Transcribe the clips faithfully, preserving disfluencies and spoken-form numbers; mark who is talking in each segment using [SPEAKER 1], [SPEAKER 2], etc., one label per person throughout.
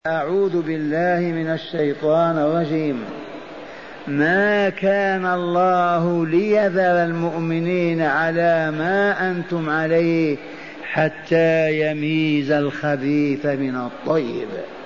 [SPEAKER 1] أعوذ بالله من الشيطان الرجيم. ما كان الله ليذر المؤمنين على ما أنتم عليه حتى يميز الخبيث من الطيب،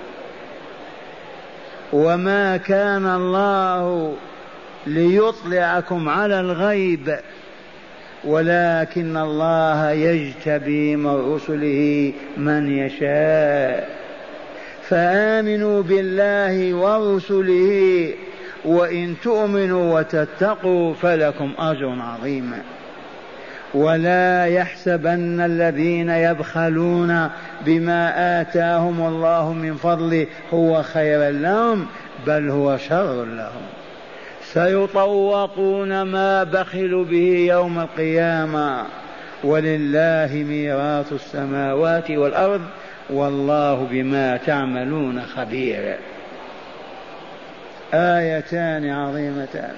[SPEAKER 1] وما كان الله ليطلعكم على الغيب، ولكن الله يجتبي من رسله من يشاء. فآمنوا بالله ورسله وإن تؤمنوا وتتقوا فلكم أجر عظيم. ولا يحسبن الذين يبخلون بما آتاهم الله من فضله هو خيرا لهم، بل هو شر لهم. سيطوقون ما بخلوا به يوم القيامة، ولله ميراث السماوات والأرض والله بما تعملون خبير. آيتان عظيمتان.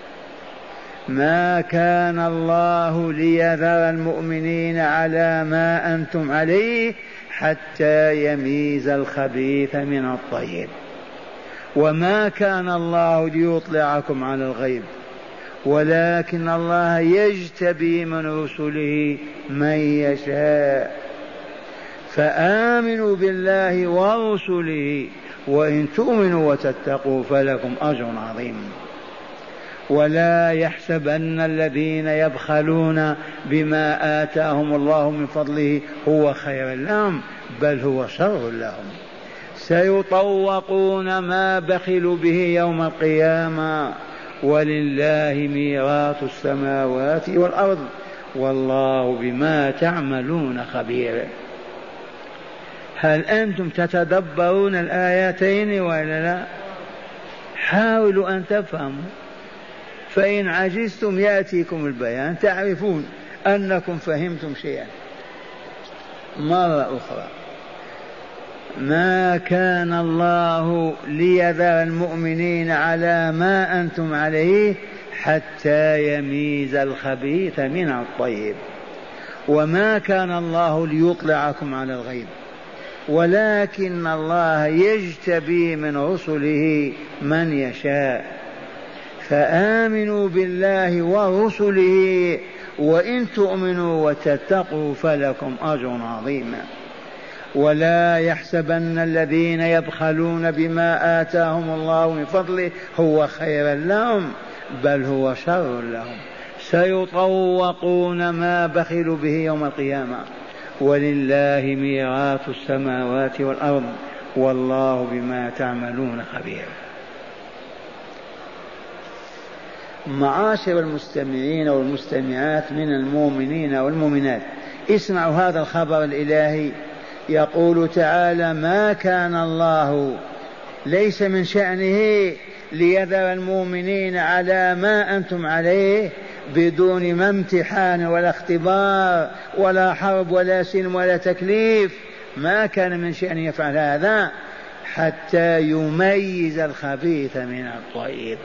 [SPEAKER 1] ما كان الله ليذر المؤمنين على ما أنتم عليه حتى يميز الخبيث من الطيب، وما كان الله ليطلعكم على الغيب، ولكن الله يجتبي من رسله من يشاء. فآمنوا بالله ورسله وإن تؤمنوا وتتقوا فلكم أجر عظيم. ولا يحسبن الذين يبخلون بما آتاهم الله من فضله هو خيرا لهم، بل هو شر لهم. سيطوقون ما بخلوا به يوم القيامة، ولله ميراث السماوات والأرض والله بما تعملون خبير. هل أنتم تتدبرون الآيتين ولا لا؟ حاولوا أن تفهموا، فإن عجزتم يأتيكم البيان تعرفون أنكم فهمتم شيئا. مرة أخرى، ما كان الله ليذر المؤمنين على ما أنتم عليه حتى يميز الخبيث من الطيب، وما كان الله ليطلعكم على الغيب، ولكن الله يجتبي من رسله من يشاء. فآمنوا بالله ورسله وإن تؤمنوا وتتقوا فلكم أجر عظيم. ولا يحسبن الذين يبخلون بما آتاهم الله من فضله هو خيرا لهم، بل هو شر لهم. سيطوقون ما بخلوا به يوم القيامة، ولله ميراث السماوات والأرض والله بما تعملون خبير. معاشر المستمعين والمستمعات من المؤمنين والمؤمنات، اسمعوا هذا الخبر الإلهي. يقول تعالى: ما كان الله، ليس من شأنه ليذر المؤمنين على ما أنتم عليه بدون ما امتحان ولا اختبار ولا حرب ولا سلم ولا تكليف. ما كان من شأنه يفعل هذا حتى يميز الخبيث من الطيب.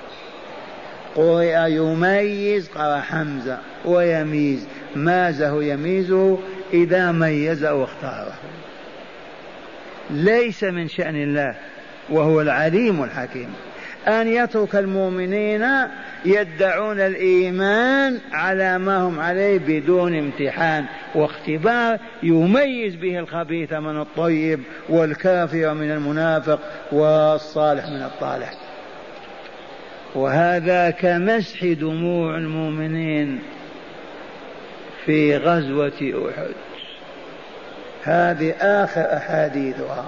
[SPEAKER 1] قرئ يميز، قرأ حمزة، ويميز، مازه يميزه إذا ميزه واختاره. ليس من شأن الله وهو العليم الحكيم أن يترك المؤمنين يدعون الإيمان على ما هم عليه بدون امتحان واختبار يميز به الخبيث من الطيب والكافر من المنافق والصالح من الطالح. وهذا كمسح دموع المؤمنين في غزوة أحد. هذه آخر أحاديثها،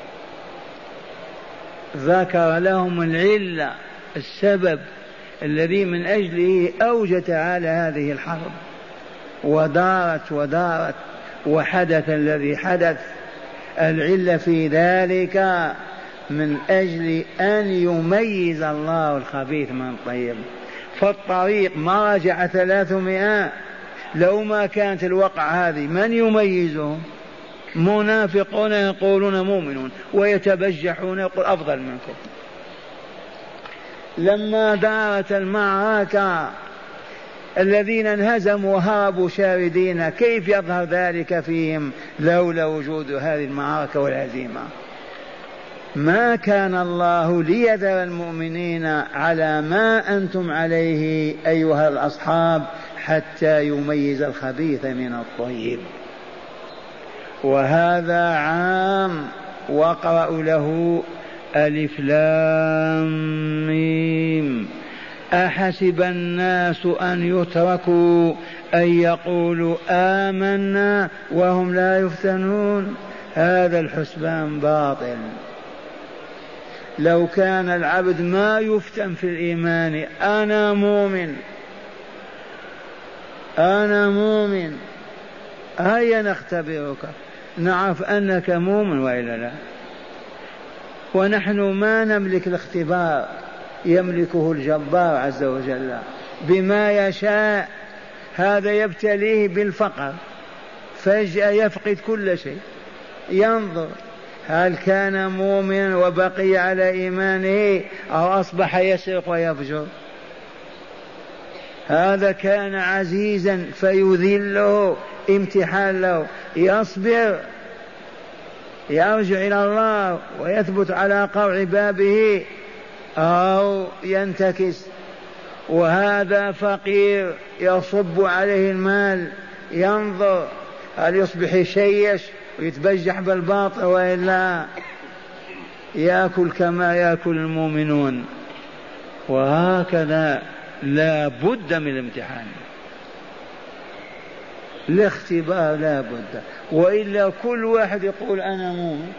[SPEAKER 1] ذكر لهم العلة، السبب الذي من أجله أوجد على هذه الحرب، ودارت ودارت وحدث الذي حدث. العلة في ذلك من أجل أن يميز الله الخبيث من الطيب. فالطريق ما رجع ثلاثمائة، لو ما كانت الوقعة هذه من يميزهم؟ منافقون يقولون مؤمنون ويتبجحون يقول أفضل منكم. لما دارت المعركة الذين انهزموا وهربوا شاردين، كيف يظهر ذلك فيهم لولا وجود هذه المعركة والهزيمة؟ ما كان الله ليذر المؤمنين على ما أنتم عليه أيها الأصحاب حتى يميز الخبيث من الطيب. وهذا عام، واقرأوا له ألف لام ميم. أحسب الناس أن يتركوا أن يقولوا آمنا وهم لا يفتنون. هذا الحسبان باطل. لو كان العبد ما يفتن في الإيمان، أنا مؤمن أنا مؤمن هيا نختبرك نعرف أنك مؤمن وإلا لا. ونحن ما نملك الاختبار، يملكه الجبار عز وجل بما يشاء. هذا يبتليه بالفقر فجأة يفقد كل شيء، ينظر هل كان مؤمن وبقي على إيمانه أو أصبح يسرق ويفجر. هذا كان عزيزا فيذله امتحان له، يصبر يرجع إلى الله ويثبت على قرع بابه أو ينتكس. وهذا فقير يصب عليه المال، ينظر هل يصبح يشيش ويتبجح بالباطل وإلا يأكل كما يأكل المؤمنون. وهكذا لا بد من الامتحان، الاختبار لا بد، وإلا كل واحد يقول أنا مؤمن.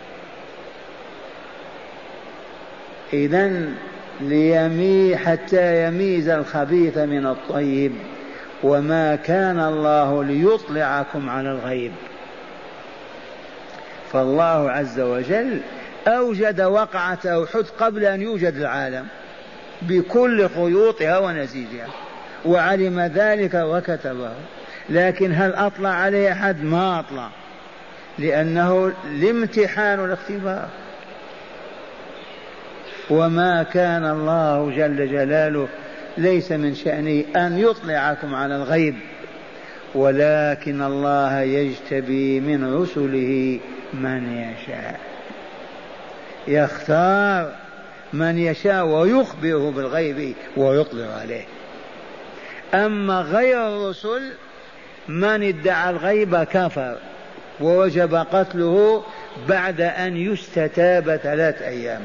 [SPEAKER 1] إذن ليمي حتى يميز الخبيث من الطيب. وما كان الله ليطلعكم على الغيب. فالله عز وجل أوجد وقعة أحد قبل أن يوجد العالم بكل خيوطها ونسيجها، وعلم ذلك وكتبه. لكن هل أطلع عليه أحد؟ ما أطلع، لأنه الامتحان والاختبار. وما كان الله جل جلاله ليس من شأنه أن يطلعكم على الغيب، ولكن الله يجتبي من رسله من يشاء، يختار من يشاء ويخبره بالغيب ويطلع عليه. أما غير الرسل من ادعى الغيب كفر ووجب قتله بعد أن يستتاب ثلاث أيام.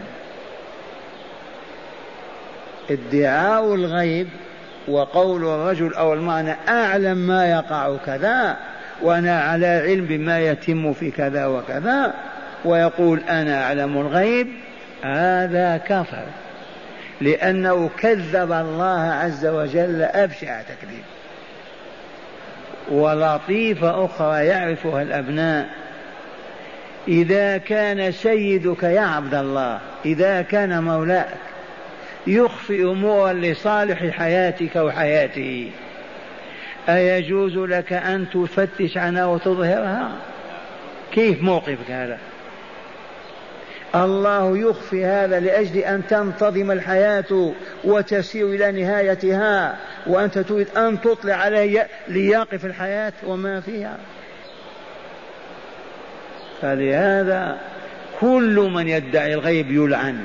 [SPEAKER 1] ادعاء الغيب وقول الرجل أو المعنى أعلم ما يقع كذا وأنا على علم بما يتم في كذا وكذا، ويقول أنا أعلم الغيب، هذا كفر، لأنه كذب الله عز وجل أبشع تكذيب. ولطيفة أخرى يعرفها الأبناء: إذا كان سيدك يا عبد الله، إذا كان مولاك يخفي أمورا لصالح حياتك وحياته، أيجوز لك أن تفتش عنها وتظهرها؟ كيف موقفك هذا؟ الله يخفي هذا لأجل أن تنتظم الحياة وتسير إلى نهايتها، وأنت تريد أن تطلع عليه ليقف الحياة وما فيها. فلهذا كل من يدعي الغيب يلعن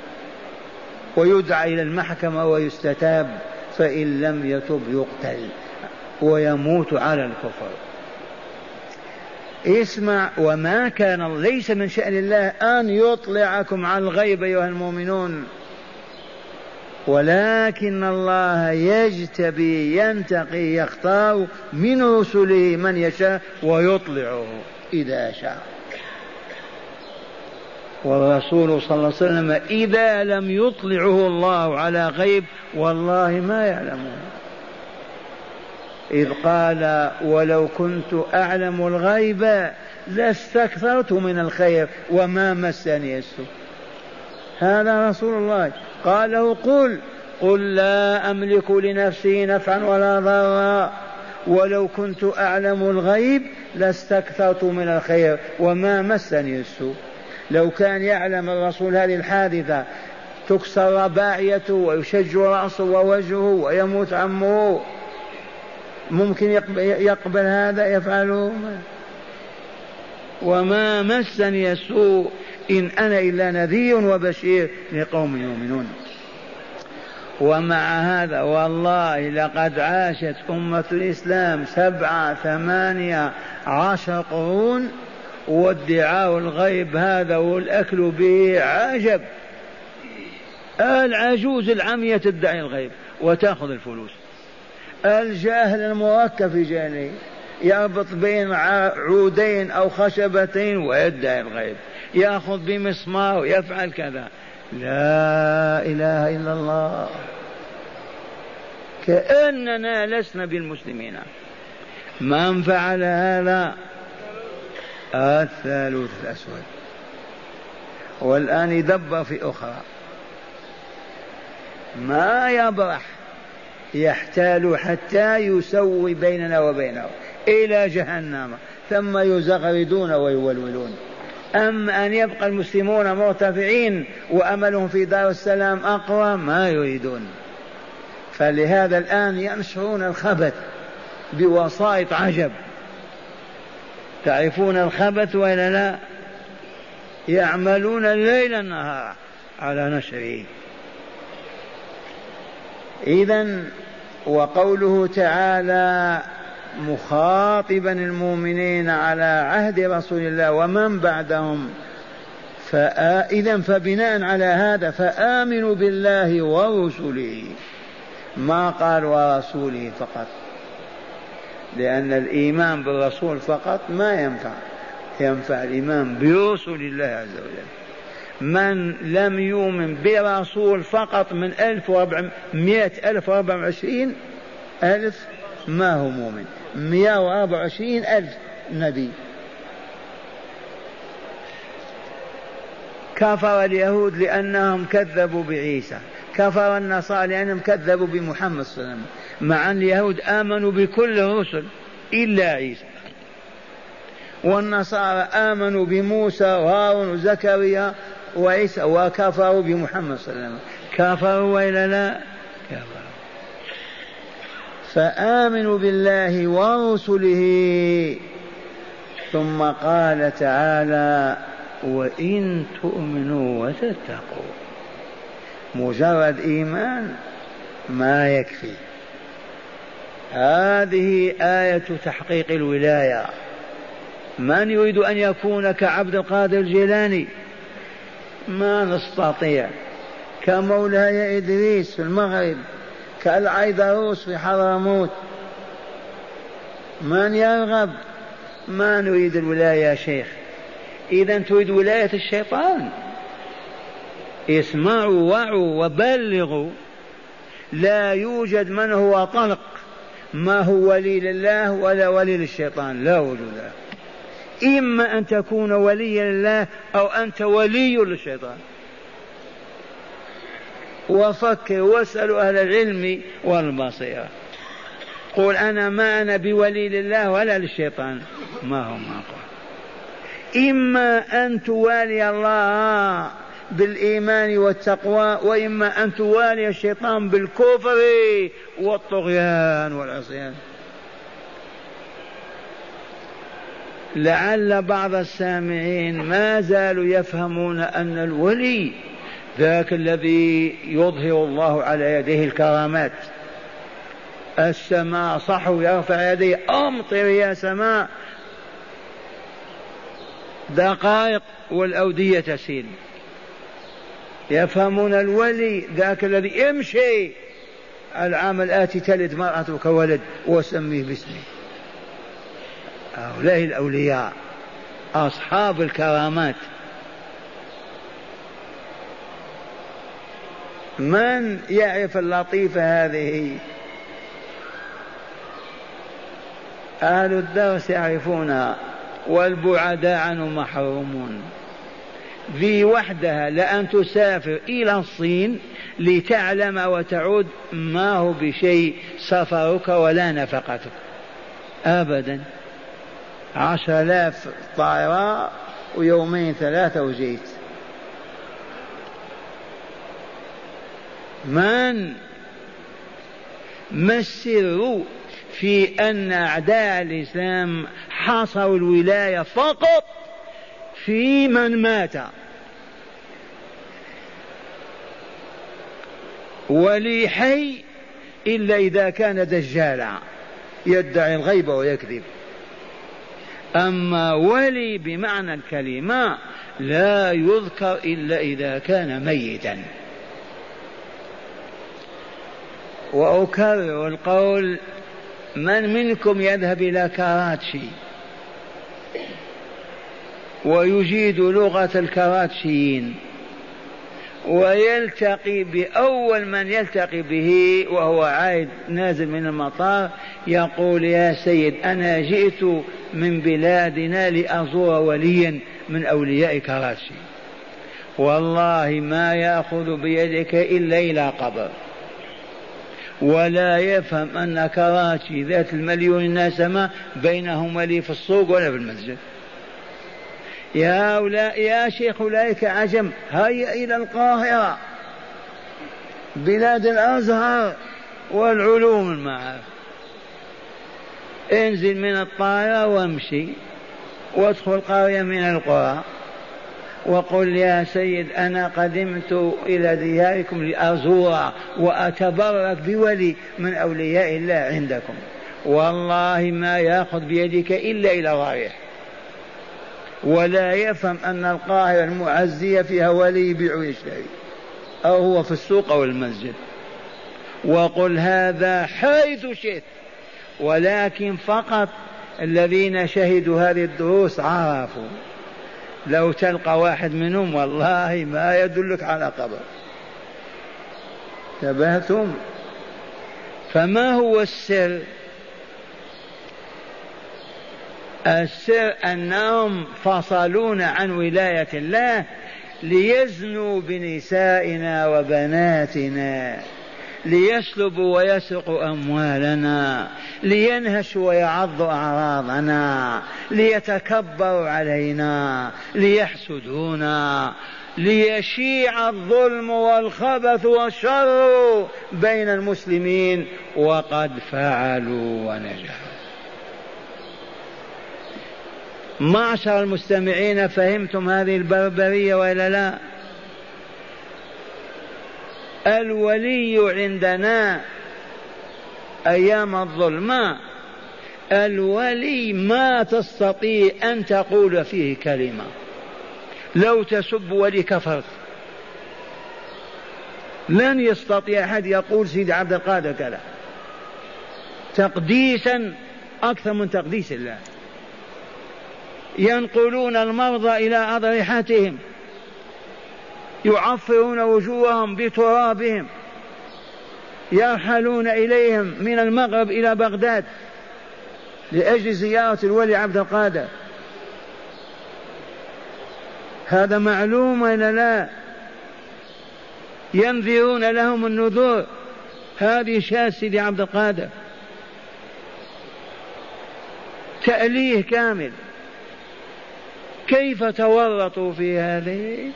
[SPEAKER 1] ويدعى إلى المحكمة ويستتاب، فإن لم يتب يقتل ويموت على الكفر. اسمع: وما كان، ليس من شأن الله أن يطلعكم على الغيب أيها المؤمنون، ولكن الله يجتبي ينتقي يختار من رسله من يشاء ويطلعه إذا شاء. والرسول صلى الله عليه وسلم إذا لم يطلعه الله على غيب والله ما يعلمه، إذ قال: ولو كنت أعلم الغيب لاستكثرت من الخير وما مسني السوء. هذا رسول الله قال له: قل قل لا أملك لنفسي نفعا ولا ضرا ولو كنت أعلم الغيب لاستكثرت من الخير وما مسني السوء. لو كان يعلم الرسول هذه الحادثة تكسر رباعيته ويشج رأسه ووجهه ويموت عمه، ممكن يقبل هذا؟ يفعله؟ وما مسني السوء إن أنا إلا نذير وبشير لقوم يؤمنون. ومع هذا والله لقد عاشت أمة الإسلام سبعة ثمانية عشر قرون، وادعاء الغيب هذا والأكل به عجب. العجوز العمية تدعي الغيب وتأخذ الفلوس، الجاهل المركب في جانب يربط بين عودين أو خشبتين ويدعي الغيب، يأخذ بمسمار ويفعل كذا. لا إله إلا الله، كأننا لسنا بالمسلمين. من فعل هذا الثالوث الأسود، والآن يدبر في أخرى، ما يبرح، يحتال حتى يسوي بيننا وبينه إلى جهنم، ثم يزغردون ويولولون. أما أن يبقى المسلمون مرتفعين وأملهم في دار السلام أقوى، ما يريدون. فلهذا الآن ينشرون الخبث بوسائط عجب. تعرفون الخبث وإلا لا؟ يعملون الليل النهار على نشره. إذن وقوله تعالى مخاطبا المؤمنين على عهد رسول الله ومن بعدهم، فإذن فبناء على هذا فآمنوا بالله ورسله، ما قال ورسوله فقط، لأن الإيمان بالرسول فقط ما ينفع، ينفع الإيمان برسول الله عز وجل. من لم يؤمن برسول فقط من ألف ومائة ألف وأربعة وعشرين ألف ما هو مؤمن، مئة وأربعة وعشرين ألف نبي. كفر اليهود لأنهم كذبوا بعيسى، كفر النصارى لأنهم كذبوا بمحمد صلى الله عليه وسلم، مع أن اليهود آمنوا بكل الرسل إلا عيسى، والنصارى آمنوا بموسى وهارون وزكريا وعيسى وكفروا بمحمد صلى الله عليه وسلم. كفروا وإلا لا؟ كفروا. فآمنوا بالله ورسله. ثم قال تعالى وإن تؤمنوا وتتقوا. مجرد إيمان ما يكفي، هذه آية تحقيق الولاية. من يريد أن يكون كعبد القادر الجيلاني؟ ما نستطيع. كمولاي إدريس في المغرب، كالعيدروس في حضرموت، من يرغب؟ ما نريد الولاية يا شيخ. إذا تريد ولاية الشيطان؟ اسمعوا وعوا وبلغوا، لا يوجد من هو طلق ما هو ولي لله ولا ولي للشيطان، لا وجود له. إما أن تكون وليا لله أو أنت ولي للشيطان. وفكر واسألوا أهل العلم والبصيرة. قل أنا ما أنا بولي لله ولا للشيطان، ما هو معقول. إما أن توالي الله بالإيمان والتقوى، وإما أن توالي الشيطان بالكفر والطغيان والعصيان. لعل بعض السامعين ما زالوا يفهمون أن الولي ذاك الذي يظهر الله على يديه الكرامات. السماء صحو يرفع يديه أمطر يا سماء، دقائق والأودية تسيل. يفهمون الولي ذاك الذي يمشي العام الآتي تلد مرأتك ولد وسميه باسمه. هؤلاء الأولياء أصحاب الكرامات. من يعرف اللطيفة هذه؟ أهل الدرس يعرفونها والبعداء عنه محرومون. ذي وحدها لأن تسافر إلى الصين لتعلم وتعود ما هو بشيء سفرك ولا نفقتك أبدا. عشر آلاف طائرة ويومين ثلاثة وجيت. من ما السر في أن أعداء الإسلام حصروا الولاية فقط في من مات ولي حي إلا إذا كان دجالا يدعي الغيب ويكذب. أما ولي بمعنى الكلمة لا يذكر إلا إذا كان ميتا. وأكرر القول: من منكم يذهب إلى كراتشي ويجيد لغة الكراتشيين ويلتقي بأول من يلتقي به وهو عائد نازل من المطار يقول: يا سيد أنا جئت من بلادنا لأزور وليا من أولياء كراتشي، والله ما يأخذ بيدك إلا إلى قبر، ولا يفهم أن كراتشي ذات المليون الناس ما بينهم ولي في السوق ولا في المسجد. يا أولاء يا شيخ أولئك عجم، هيا إلى القاهرة بلاد الأزهر والعلوم المعارف، انزل من الطائرة وامشي وادخل قرية من القرى وقل: يا سيد أنا قدمت إلى دياركم لأزور وأتبرك بولي من أولياء الله عندكم، والله ما يأخذ بيدك إلا إلى الرايح، ولا يفهم أن القاهرة المعزية فيها ولي يبيع ويشتري، أو هو في السوق أو المسجد. وقل هذا حيث شئت، ولكن فقط الذين شهدوا هذه الدروس عرفوا. لو تلقى واحد منهم والله ما يدلك على قبر. تبهتم؟ فما هو السر؟ السر أنهم فصلون عن ولاية الله ليزنوا بنسائنا وبناتنا، ليسلبوا ويسرقوا أموالنا، لينهشوا ويعضوا أعراضنا، ليتكبروا علينا، ليحسدونا، ليشيع الظلم والخبث والشر بين المسلمين، وقد فعلوا ونجحوا. معشر المستمعين، فهمتم هذه البربرية ولا لا؟ الولي عندنا أيام الظلمة الولي ما تستطيع أن تقول فيه كلمة، لو تسب ولي كفرت، لن يستطيع أحد يقول سيد عبد القادر كذا، تقديسا أكثر من تقديس الله. ينقلون المرضى إلى أضرحتهم، يعفرون وجوههم بترابهم، يرحلون إليهم من المغرب إلى بغداد لأجل زيارة الولي عبد القادر. هذا معلوم ولا لا؟ ينذرون لهم النذور. هذه شاة سيدي عبد القادر، تأليه كامل. كيف تورطوا في هذه؟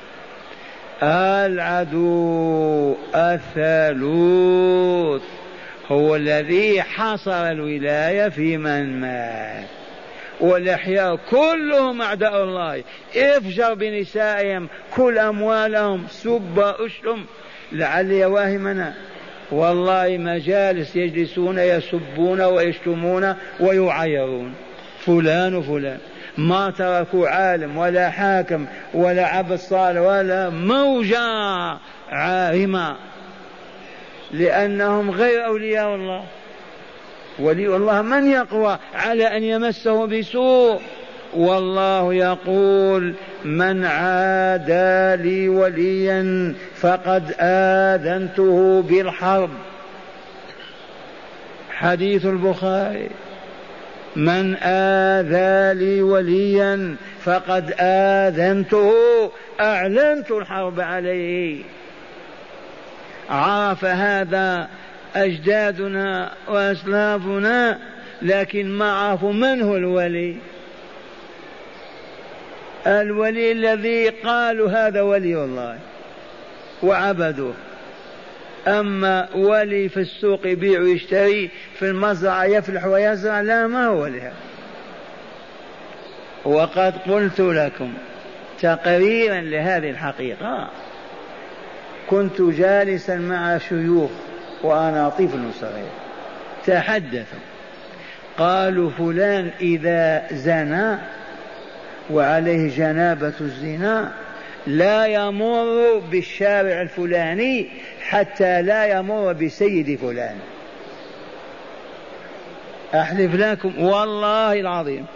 [SPEAKER 1] العدو الثالوث هو الذي حصر الولاية في من مات، والأحياء كلهم أعداء الله. افجر بنسائهم، كل أموالهم، سب أشتم. لعلي واهمنا، والله مجالس يجلسون يسبون ويشتمون ويعيرون فلان وفلان، ما تركوا عالم ولا حاكم ولا عبد صالح ولا موجة عارمة، لأنهم غير أولياء الله. ولي الله من يقوى على أن يمسه بسوء؟ والله يقول: من عادى لي وليا فقد آذنته بالحرب. حديث البخاري: من آذى لي وليا فقد آذنته، أعلنت الحرب عليه. عرف هذا أجدادنا وأسلافنا، لكن ما عرفوا من هو الولي. الولي الذي قالوا هذا ولي الله وعبدوه. أما ولي في السوق يبيع ويشتري، في المزرعة يفلح ويزرع، لا، ما هو ولي. وقد قلت لكم تقريرا لهذه الحقيقة: كنت جالسا مع شيوخ وأنا طفل صغير، تحدثوا قالوا فلان إذا زنى وعليه جنابة الزنا لا يمر بالشارع الفلاني حتى لا يمر بسيد فلان. أحلف لكم والله العظيم،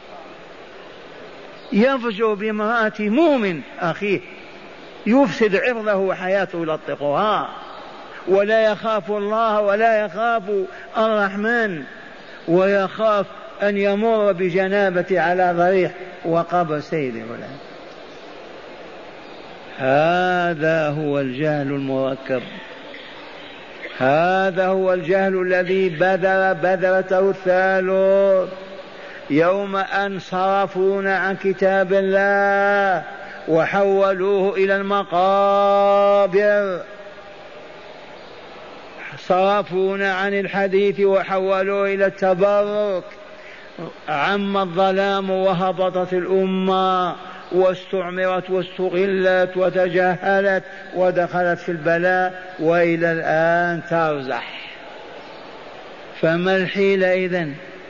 [SPEAKER 1] يفجر بامرأة مؤمن أخيه، يفسد عرضه وحياته، يلطقها ولا يخاف الله ولا يخاف الرحمن، ويخاف أن يمر بجنابة على ضريح وقبر سيد فلان. هذا هو الجهل المركب، هذا هو الجهل الذي بذر بذرته الثالث يوم أن صرفونا عن كتاب الله وحولوه إلى المقابر، صرفونا عن الحديث وحولوه إلى التبرك، عم الظلام وهبطت الأمة واستعمرت واستغلت وتجاهلت ودخلت في البلاء، وإلى الآن ترزح. فما الحيلة إذن؟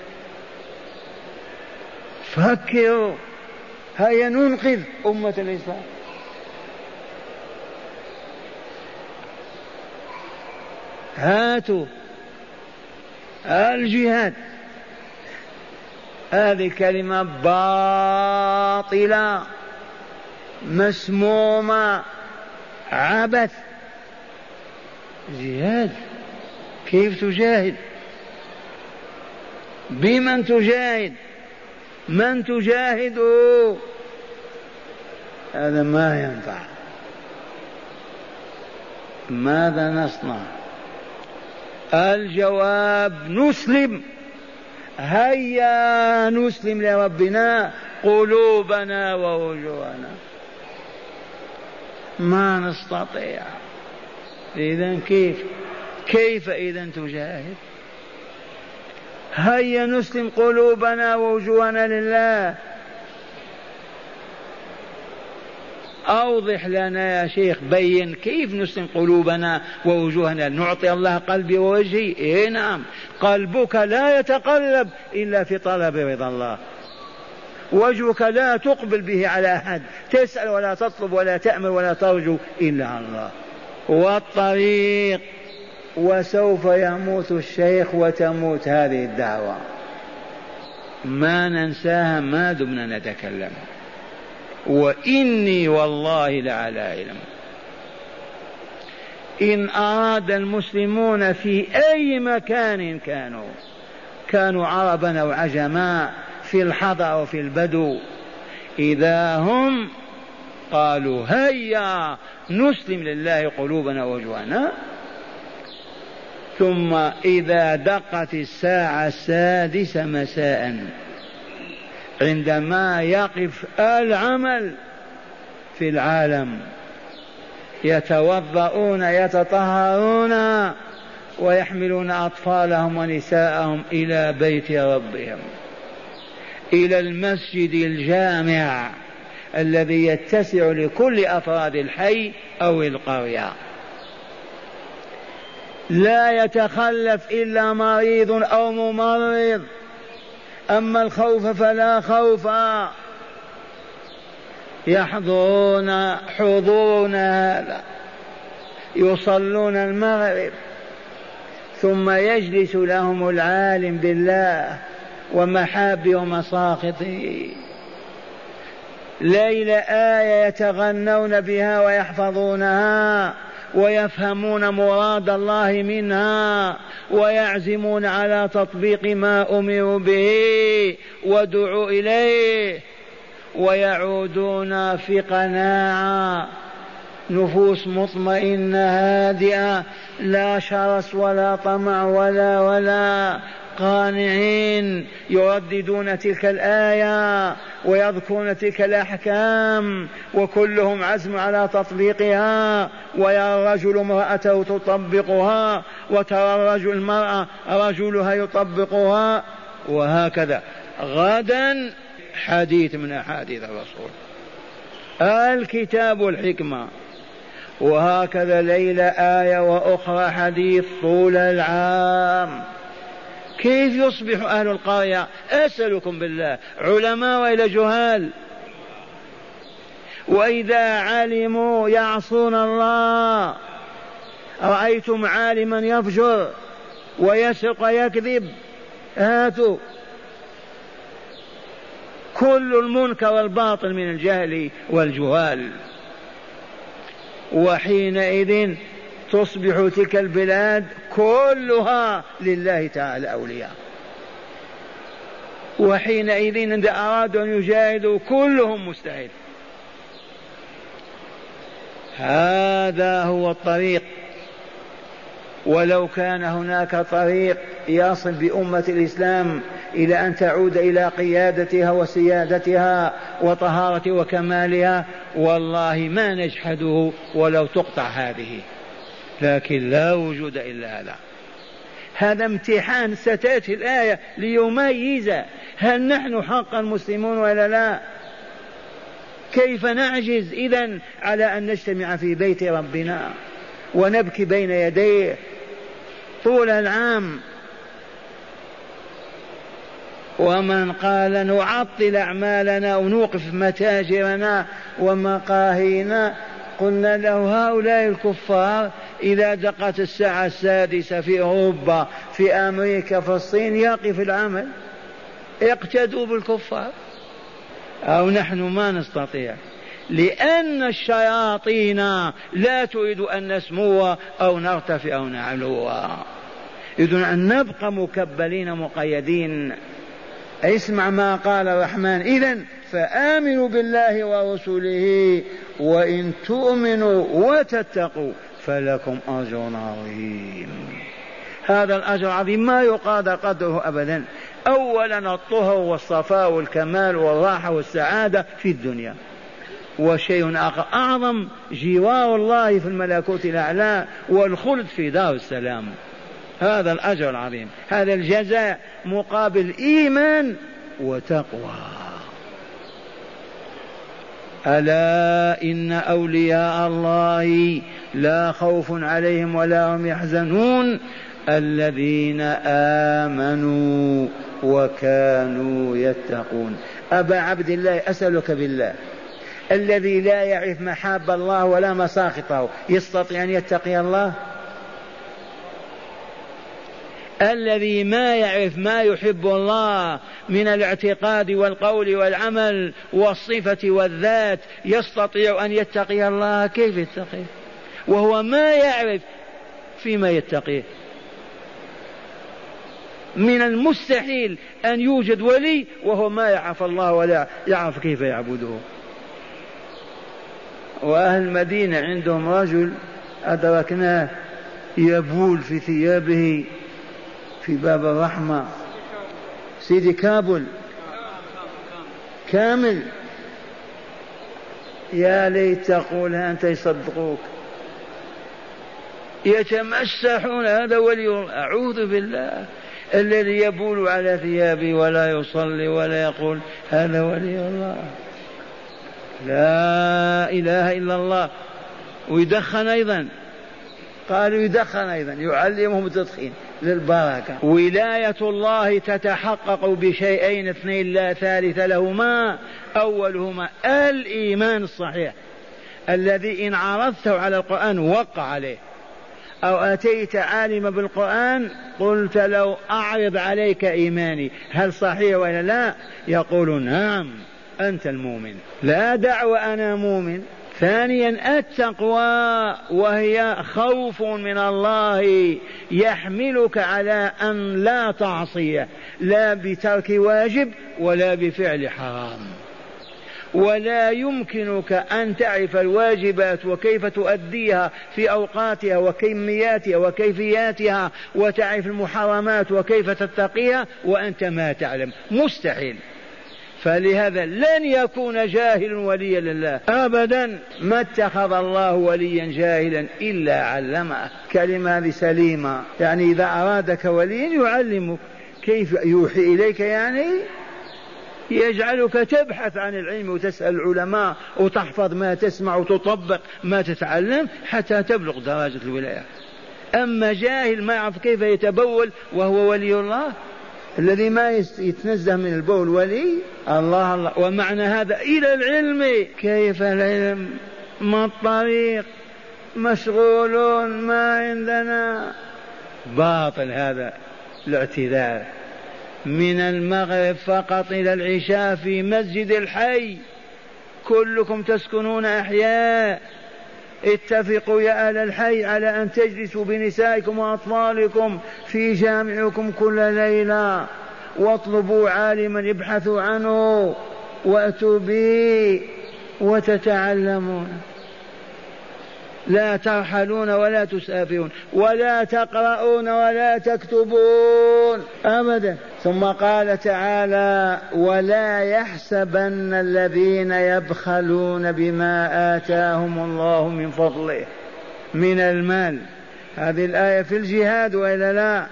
[SPEAKER 1] فكروا، هيا ننقذ أمة الإسلام. هاتوا الجهاد، هذه كلمة باطلة مسمومة عبث. جهاد؟ كيف تجاهد؟ بمن تجاهد؟ من تجاهد؟ هذا ما ينفع. ماذا نصنع؟ الجواب نسلم، هيا نسلم لربنا قلوبنا ووجوهنا. ما نستطيع، إذن كيف كيف إذن تجاهد؟ هيا نسلم قلوبنا ووجوهنا لله. أوضح لنا يا شيخ، بين كيف نسلم قلوبنا ووجوهنا. نعطي الله قلبي ووجهي؟ إيه نعم، قلبك لا يتقلب إلا في طلب رضا الله، وجهك لا تقبل به على أحد، تسأل ولا تطلب ولا تأمل ولا ترجو إلا على الله. والطريق، وسوف يموت الشيخ وتموت هذه الدعوة، ما ننساها ما دمنا نتكلم، وإني والله لعلى علم. إن أراد المسلمون في أي مكان كانوا، كانوا عربا أو عجما، في الحضر أو في البدو، إذا هم قالوا هيا نسلم لله قلوبنا ووجوهنا، ثم إذا دقت الساعة السادسة مساء عندما يقف العمل في العالم، يتوضؤون يتطهرون ويحملون أطفالهم ونساءهم إلى بيت ربهم، إلى المسجد الجامع الذي يتسع لكل أفراد الحي أو القرية، لا يتخلف إلا مريض أو ممرض. أما الخوف فلا خوف. يحضرون حضورنا هذا، يصلون المغرب، ثم يجلس لهم العالم بالله ومحابه ومساخطه، ليلة آية يتغنون بها ويحفظونها ويفهمون مراد الله منها، ويعزمون على تطبيق ما أمروا به ودعوا إليه، ويعودون في قناعة، نفوس مطمئنة هادئة، لا شرس ولا طمع ولا ولا قانعين، يرددون تلك الآية ويذكرون تلك الأحكام، وكلهم عزم على تطبيقها. ويرى الرجل امرأته تطبقها، وترى الرجل المرأة رجلها يطبقها، وهكذا. غدا حديث من أحاديث الرسول، الكتاب والحكمة، وهكذا ليلة آية وأخرى حديث طول العام. كيف يصبح أهل القرية أسألكم بالله علماء وإلى جهال؟ وإذا علموا يعصون الله. رأيتم عالما يفجر ويسرق ويكذب؟ هاتوا كل المنكر والباطل من الجهل والجهال. وحينئذ تصبح تلك البلاد كلها لله تعالى أولياء. وحينئذ إذا أرادوا أن يجاهدوا كلهم مستحيل. هذا هو الطريق. ولو كان هناك طريق يصل بأمة الإسلام إلى أن تعود إلى قيادتها وسيادتها وطهارة وكمالها والله ما نجحده ولو تقطع هذه، لكن لا وجود إلا هذا. هذا امتحان ستأتي الآية ليميز هل نحن حقا مسلمون ولا لا. كيف نعجز إذن على أن نجتمع في بيت ربنا ونبكي بين يديه طول العام؟ ومن قال نعطل أعمالنا ونوقف متاجرنا ومقاهينا قلنا له هؤلاء الكفار إذا دقت الساعة السادسة في أوروبا في أمريكا في الصين يقف العمل، اقتدوا بالكفار. أو نحن ما نستطيع لأن الشياطين لا تريد أن نسمو أو نرتفع أو نعلو، يريدون أن نبقى مكبلين مقيدين. اسمع ما قال الرحمن: إذن فآمنوا بالله ورسوله وإن تؤمنوا وتتقوا فلكم أجر عظيم. هذا الأجر العظيم ما يقادر قدره أبدا. أولا الطهر والصفاء والكمال والراحة والسعادة في الدنيا، وشيء آخر أعظم جوار الله في الملكوت الأعلى والخلد في دار السلام. هذا الأجر العظيم، هذا الجزاء مقابل إيمان وتقوى. ألا إن أولياء الله لا خوف عليهم ولا هم يحزنون الذين آمنوا وكانوا يتقون. أبا عبد الله أسألك بالله، الذي لا يعرف محاب الله ولا مساخطه يستطيع أن يتقي الله؟ الذي ما يعرف ما يحب الله من الاعتقاد والقول والعمل والصفة والذات يستطيع أن يتقي الله؟ كيف يتقي وهو ما يعرف فيما يتقيه؟ من المستحيل أن يوجد ولي وهو ما يعرف الله ولا يعرف كيف يعبده. وأهل المدينة عندهم رجل أدركناه يبول في ثيابه في باب الرحمة، سيدي كابل كامل. يا ليت تقول أنت يصدقوك، يتمسحون هذا ولي. أعوذ بالله، الذي يبول على ثيابه ولا يصلي ولا يقول هذا ولي الله. لا إله إلا الله. ويدخن أيضا، قالوا يدخن أيضا، يعلمهم التدخين للبركة. ولاية الله تتحقق بشيئين اثنين لا ثالث لهما، أولهما الإيمان الصحيح الذي إن عرضته على القرآن وقع عليه، أو أتيت عالم بالقرآن قلت له أعرض عليك إيماني هل صحيح ولا لا، يقول نعم أنت المؤمن، لا دعوة أنا مؤمن. ثانيا التقوى، وهي خوف من الله يحملك على أن لا تعصيه، لا بترك واجب ولا بفعل حرام. ولا يمكنك أن تعرف الواجبات وكيف تؤديها في أوقاتها وكمياتها وكيفياتها، وتعرف المحرمات وكيف تتقيها وأنت ما تعلم، مستحيل. فلهذا لن يكون جاهل وليا لله أبدا. ما اتخذ الله وليا جاهلا إلا علمه. كلمة هذه سليمة، يعني إذا أرادك وليا يعلمك كيف يوحي إليك، يعني يجعلك تبحث عن العلم وتسأل العلماء وتحفظ ما تسمع وتطبق ما تتعلم حتى تبلغ درجة الولاية. أما جاهل ما يعرف كيف يتبول وهو ولي الله، الذي ما يتنزه من البول ولي الله الله. ومعنى هذا إلى العلم. كيف العلم؟ ما الطريق؟ مشغولون ما عندنا. باطل هذا الاعتذار. من المغرب فقط إلى العشاء في مسجد الحي، كلكم تسكنون أحياء، اتفقوا يا أهل الحي على أن تجلسوا بنسائكم وأطفالكم في جامعكم كل ليلة، واطلبوا عالما يبحثوا عنه وأتوا به وتتعلمون. لا ترحلون ولا تسافرون ولا تقرؤون ولا تكتبون أبدا. ثم قال تعالى: ولا يحسبن الذين يبخلون بما آتاهم الله من فضله من المال. هذه الآية في الجهاد وإلا لا؟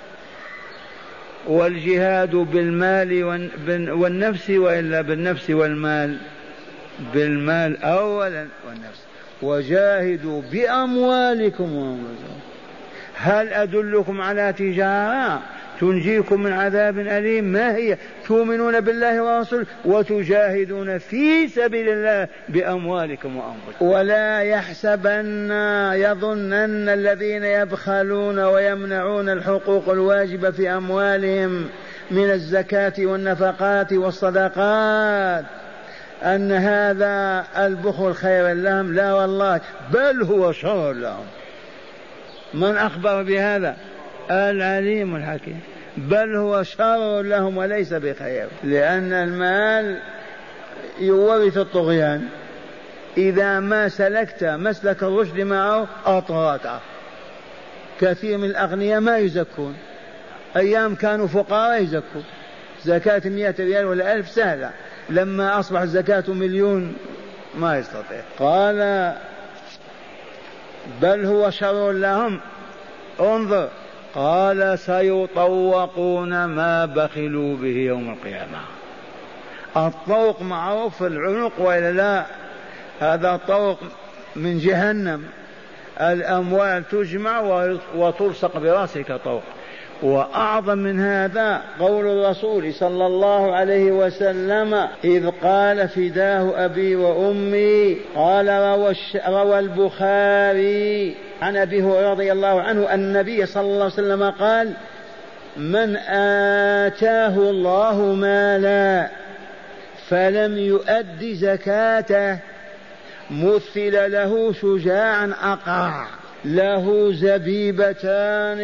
[SPEAKER 1] والجهاد بالمال والنفس وإلا بالنفس والمال؟ بالمال أولا والنفس. وجاهدوا بأموالكم وأنفسكم. هل أدلكم على تجارة تنجيكم من عذاب أليم؟ ما هي؟ تؤمنون بالله ورسوله وتجاهدون في سبيل الله بأموالكم وأنفسكم. ولا يحسبن يظنن الذين يبخلون ويمنعون الحقوق الواجبة في أموالهم من الزكاة والنفقات والصدقات أن هذا البخل خير لهم. لا والله، بل هو شر لهم. من أخبر بهذا؟ العليم الحكيم. بل هو شر لهم وليس بخير، لأن المال يورث الطغيان. إذا ما سلكت مسلك الرشد معه أطغاك. كثير من الأغنياء ما يزكون، أيام كانوا فقراء يزكون، زكاة مئة ريال ولا ألف سهلة، لما أصبح الزكاة مليون ما يستطيع. قال: بل هو شر لهم. انظر، قال: سيطوقون ما بخلوا به يوم القيامة. الطوق معروف في العنق وإلا لا؟ هذا طوق من جهنم، الأموال تجمع وتلصق برأسك طوق. وأعظم من هذا قول الرسول صلى الله عليه وسلم إذ قال: فداه أبي وأمي. قال: روى, روى البخاري عن أبي هريرة رضي الله عنه أن النبي صلى الله عليه وسلم قال: من آتاه الله مالا فلم يؤد زكاته مثل له شجاعا أقرع له زبيبتان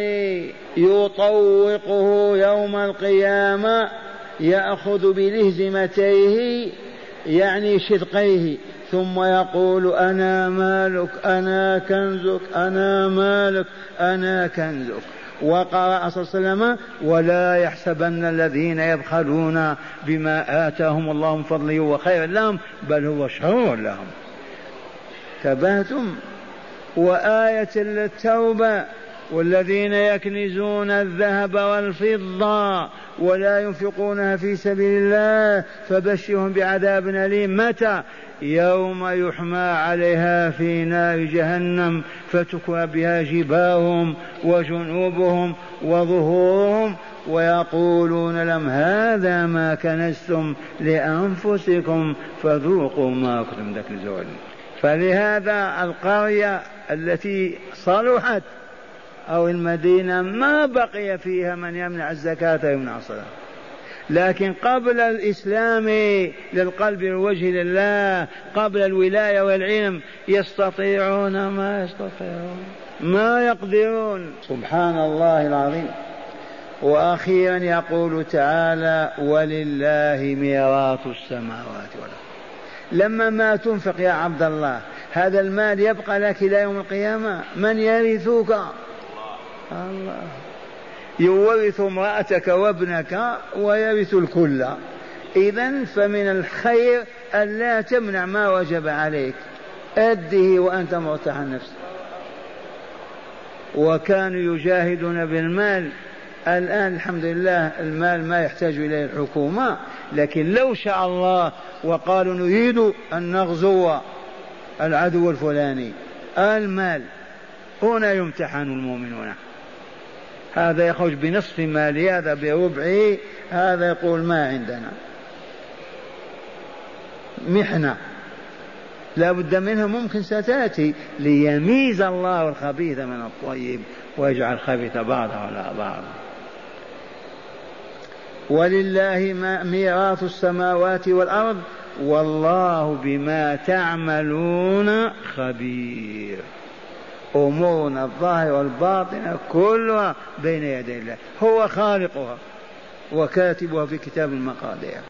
[SPEAKER 1] يطوقه يوم القيامة يأخذ بلهزمتيه يعني شدقيه ثم يقول: أنا مالك أنا كنزك أنا مالك أنا كنزك. وقرأ صلى الله عليه وسلم: ولا يحسبن الذين يبخلون بما آتاهم الله من فضله وخير لهم بل هو شر لهم. تبهتم. وآية التوبة: والذين يكنزون الذهب والفضة ولا ينفقونها في سبيل الله فبشرهم بعذاب أليم. متى؟ يوم يحمى عليها في نار جهنم فتكوى بها جباههم وجنوبهم وظهورهم ويقولون لهم هذا ما كنزتم لأنفسكم فذوقوا ما كنتم تكنزون. فلهذا القرية التي صلحت أو المدينة ما بقي فيها من يمنع الزكاة ويمنع الصلاة، لكن قبل الإسلام للقلب والوجه لله، قبل الولاية والعلم يستطيعون ما يستطيعون ما يقدرون. سبحان الله العظيم. وأخيرا يقول تعالى: ولله ميراث السماوات والأرض. لما ما تنفق يا عبد الله هذا المال يبقى لك إلى يوم القيامة. من يرثك؟ الله. يورث امرأتك وابنك ويرث الكل. إذن فمن الخير أن لا تمنع ما وجب عليك، أده وأنت مرتاح النفس. وكانوا يجاهدون بالمال الآن الحمد لله المال ما يحتاج إليه الحكومة، لكن لو شاء الله وقالوا نريد أن نغزو العدو الفلاني، المال هنا يمتحن المؤمنون. هذا يخرج بنصف مالي، هذا بربعه، هذا يقول ما عندنا، محنة لا بد منها، ممكن ستأتي ليميز الله الخبيث من الطيب ويجعل الخبيث بعضه على بعض. ولله ما ميراث السماوات والأرض والله بما تعملون خبير. أمورنا الظاهرة والباطنة كلها بين يدي الله، هو خالقها وكاتبها في كتاب المقادير.